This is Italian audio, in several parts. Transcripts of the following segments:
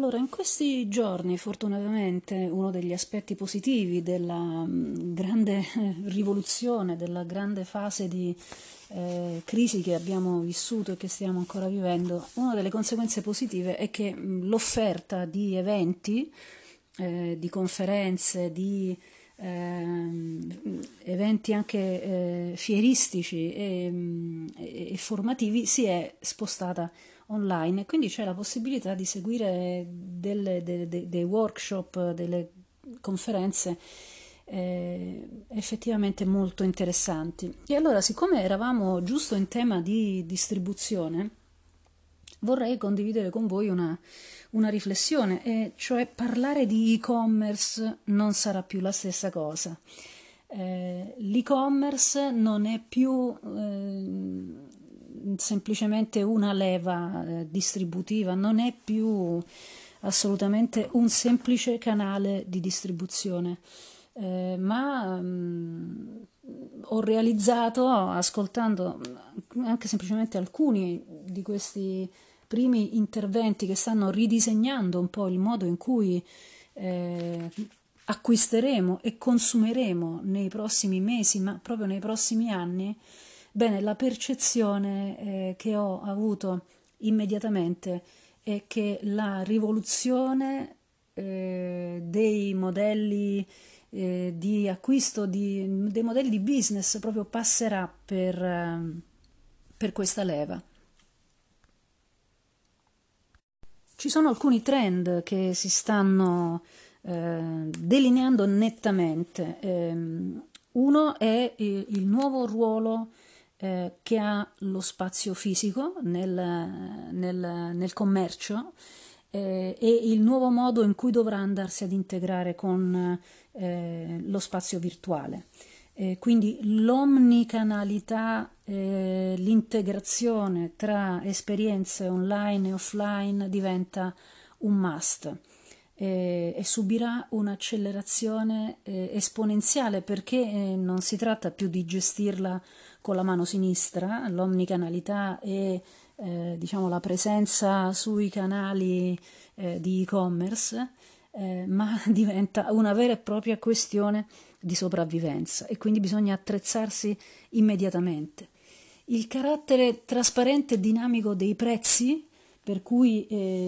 Allora, in questi giorni, fortunatamente, uno degli aspetti positivi della grande rivoluzione, della grande fase di crisi che abbiamo vissuto e che stiamo ancora vivendo, una delle conseguenze positive è che l'offerta di eventi, di conferenze, di eventi anche fieristici e formativi si è spostata online e quindi c'è la possibilità di seguire dei workshop, delle conferenze effettivamente molto interessanti. E allora, siccome eravamo giusto in tema di distribuzione, vorrei condividere con voi una riflessione, e cioè parlare di e-commerce non sarà più la stessa cosa. L'e-commerce non è più semplicemente una leva distributiva, non è più assolutamente un semplice canale di distribuzione, ma ho realizzato, ascoltando anche semplicemente alcuni di questi primi interventi che stanno ridisegnando un po' il modo in cui acquisteremo e consumeremo nei prossimi mesi, ma proprio nei prossimi anni. Bene, la percezione che ho avuto immediatamente è che la rivoluzione dei modelli di acquisto, dei modelli di business proprio passerà per questa leva. Ci sono alcuni trend che si stanno delineando nettamente. Uno è il nuovo ruolo che ha lo spazio fisico nel commercio e il nuovo modo in cui dovrà andarsi ad integrare con lo spazio virtuale. Quindi l'omnicanalità, l'integrazione tra esperienze online e offline diventa un must e subirà un'accelerazione esponenziale perché non si tratta più di gestirla con la mano sinistra, l'omnicanalità e diciamo la presenza sui canali di e-commerce, ma diventa una vera e propria questione di sopravvivenza e quindi bisogna attrezzarsi immediatamente. Il carattere trasparente e dinamico dei prezzi, per cui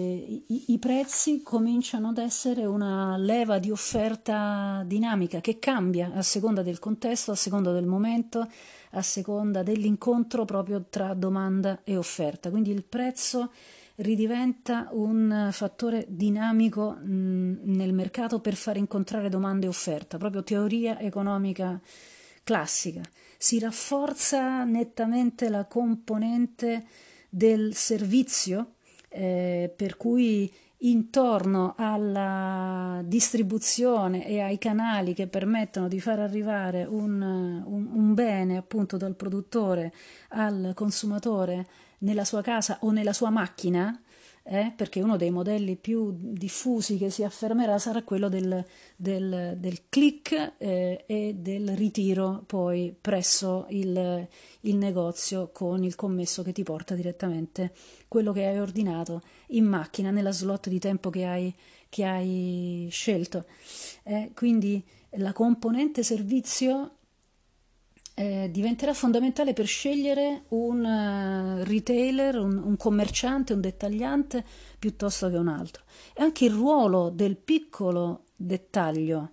i prezzi cominciano ad essere una leva di offerta dinamica che cambia a seconda del contesto, a seconda del momento, a seconda dell'incontro proprio tra domanda e offerta. Quindi il prezzo ridiventa un fattore dinamico nel mercato per far incontrare domanda e offerta, proprio teoria economica classica. Si rafforza nettamente la componente del servizio, per cui intorno alla distribuzione e ai canali che permettono di far arrivare un bene appunto dal produttore al consumatore nella sua casa o nella sua macchina, perché uno dei modelli più diffusi che si affermerà sarà quello del click e del ritiro poi presso il negozio con il commesso che ti porta direttamente quello che hai ordinato in macchina nella slot di tempo che hai scelto. Quindi la componente servizio diventerà fondamentale per scegliere un retailer, un commerciante, un dettagliante piuttosto che un altro. E anche il ruolo del piccolo dettaglio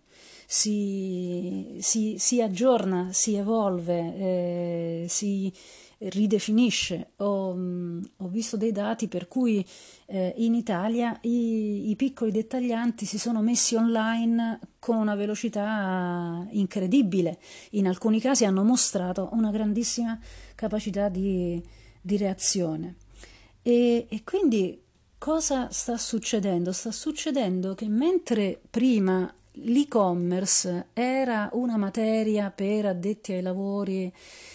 si aggiorna, si evolve, si ridefinisce. Ho visto dei dati per cui in Italia i piccoli dettaglianti si sono messi online con una velocità incredibile. In alcuni casi hanno mostrato una grandissima capacità di reazione. E quindi cosa sta succedendo? Sta succedendo che mentre prima l'e-commerce era una materia per addetti ai lavori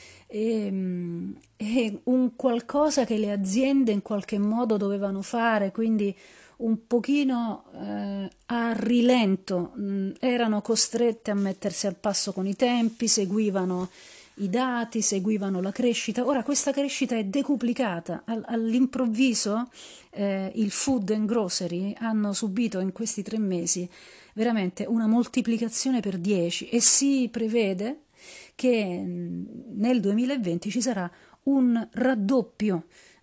e un qualcosa che le aziende in qualche modo dovevano fare, quindi un pochino a rilento, erano costrette a mettersi al passo con i tempi, seguivano i dati, seguivano la crescita. Ora questa crescita è decuplicata. All'improvviso il food and grocery hanno subito in questi 3 mesi veramente una moltiplicazione per 10 e si prevede che nel 2020 ci sarà un raddoppio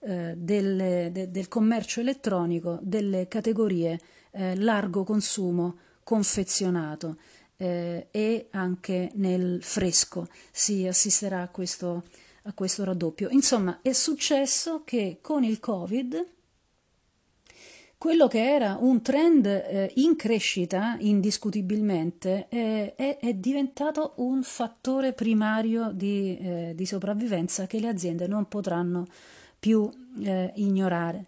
del commercio elettronico delle categorie largo consumo, confezionato e anche nel fresco si assisterà a questo raddoppio. Insomma, è successo che con il Covid quello che era un trend in crescita, indiscutibilmente, è diventato un fattore primario di sopravvivenza che le aziende non potranno più ignorare.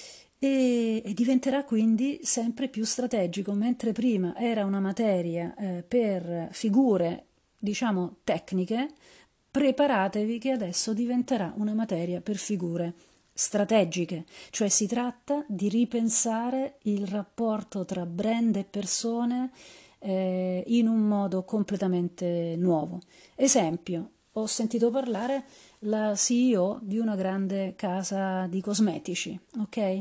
E diventerà quindi sempre più strategico, mentre prima era una materia per figure, diciamo, tecniche, preparatevi che adesso diventerà una materia per figure strategiche, cioè si tratta di ripensare il rapporto tra brand e persone in un modo completamente nuovo. Esempio, ho sentito parlare la CEO di una grande casa di cosmetici, ok?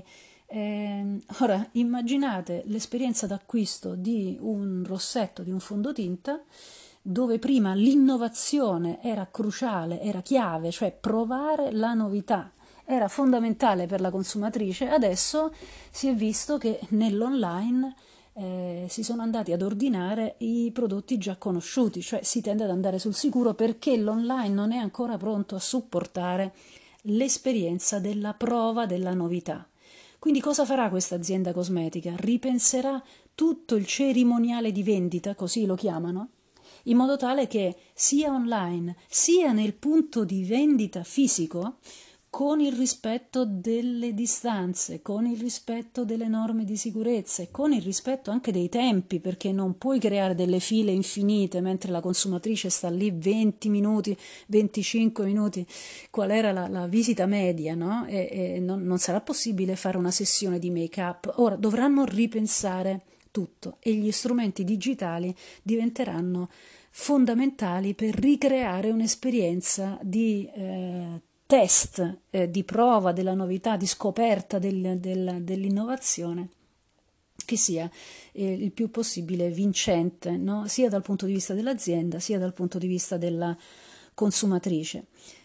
Ora immaginate l'esperienza d'acquisto di un rossetto, di un fondotinta, dove prima l'innovazione era cruciale, era chiave, cioè provare la novità era fondamentale per la consumatrice, adesso si è visto che nell'online si sono andati ad ordinare i prodotti già conosciuti, cioè si tende ad andare sul sicuro perché l'online non è ancora pronto a supportare l'esperienza della prova della novità. Quindi cosa farà questa azienda cosmetica? Ripenserà tutto il cerimoniale di vendita, così lo chiamano, in modo tale che sia online sia nel punto di vendita fisico, con il rispetto delle distanze, con il rispetto delle norme di sicurezza e con il rispetto anche dei tempi, perché non puoi creare delle file infinite mentre la consumatrice sta lì 20 minuti, 25 minuti, qual era la visita media, no? E non sarà possibile fare una sessione di make-up. Ora dovranno ripensare tutto e gli strumenti digitali diventeranno fondamentali per ricreare un'esperienza di test, di prova della novità, di scoperta dell'innovazione che sia il più possibile vincente, no? Sia dal punto di vista dell'azienda sia dal punto di vista della consumatrice.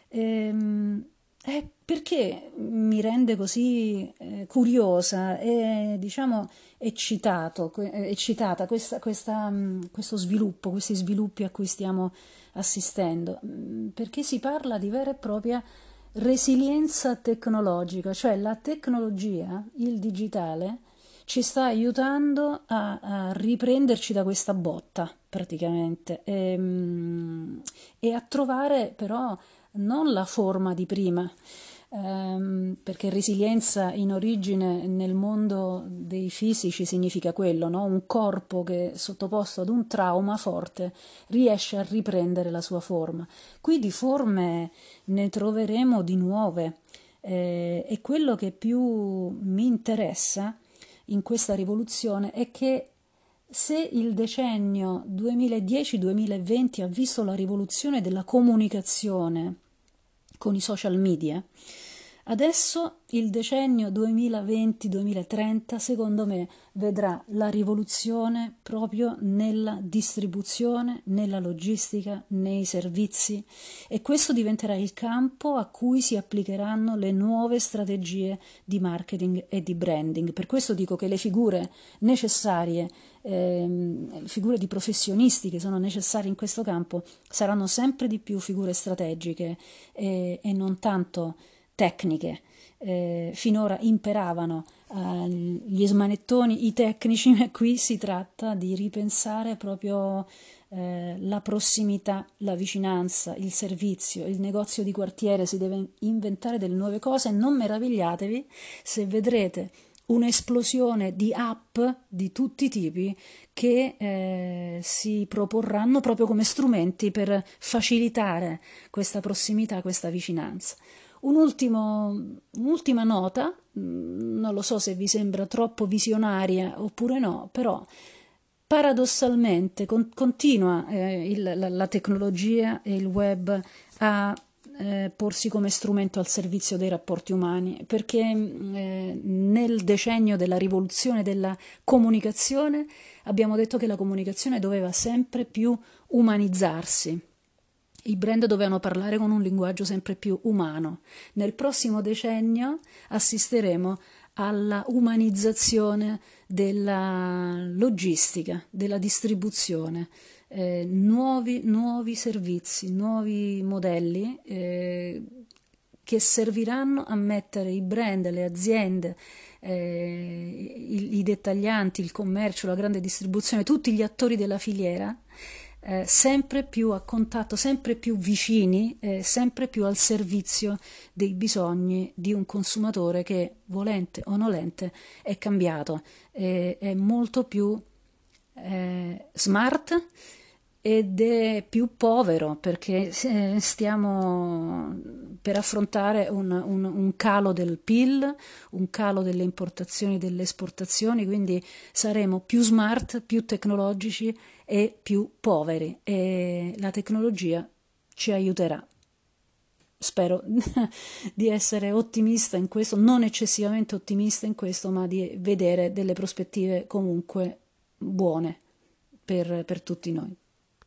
Perché mi rende così curiosa e diciamo eccitata questo sviluppo, questi sviluppi a cui stiamo assistendo? Perché si parla di vera e propria resilienza tecnologica, cioè la tecnologia, il digitale, ci sta aiutando a riprenderci da questa botta praticamente e a trovare però non la forma di prima, perché resilienza in origine nel mondo dei fisici significa quello, no? Un corpo che sottoposto ad un trauma forte riesce a riprendere la sua forma. Qui di forme ne troveremo di nuove e quello che più mi interessa in questa rivoluzione è che se il decennio 2010-2020 ha visto la rivoluzione della comunicazione con i social media, adesso il decennio 2020-2030 secondo me vedrà la rivoluzione proprio nella distribuzione, nella logistica, nei servizi e questo diventerà il campo a cui si applicheranno le nuove strategie di marketing e di branding. Per questo dico che le figure necessarie, figure di professionisti che sono necessarie in questo campo saranno sempre di più figure strategiche e non tanto tecniche. Finora imperavano gli smanettoni, i tecnici, ma qui si tratta di ripensare proprio la prossimità, la vicinanza, il servizio, il negozio di quartiere, si deve inventare delle nuove cose. Non meravigliatevi se vedrete un'esplosione di app di tutti i tipi che si proporranno proprio come strumenti per facilitare questa prossimità, questa vicinanza. Un'ultima nota, non lo so se vi sembra troppo visionaria oppure no, però paradossalmente continua la tecnologia e il web a porsi come strumento al servizio dei rapporti umani, perché nel decennio della rivoluzione della comunicazione abbiamo detto che la comunicazione doveva sempre più umanizzarsi. I brand dovevano parlare con un linguaggio sempre più umano. Nel prossimo decennio assisteremo alla umanizzazione della logistica, della distribuzione, nuovi servizi, nuovi modelli che serviranno a mettere i brand, le aziende, i dettaglianti, il commercio, la grande distribuzione, tutti gli attori della filiera sempre più a contatto, sempre più vicini, sempre più al servizio dei bisogni di un consumatore che, volente o nolente, è cambiato, è molto più smart ed è più povero, perché stiamo per affrontare un calo del PIL, un calo delle importazioni e delle esportazioni, quindi saremo più smart, più tecnologici e più poveri, e la tecnologia ci aiuterà. Spero di essere ottimista in questo, non eccessivamente ottimista in questo, ma di vedere delle prospettive comunque buone per tutti noi.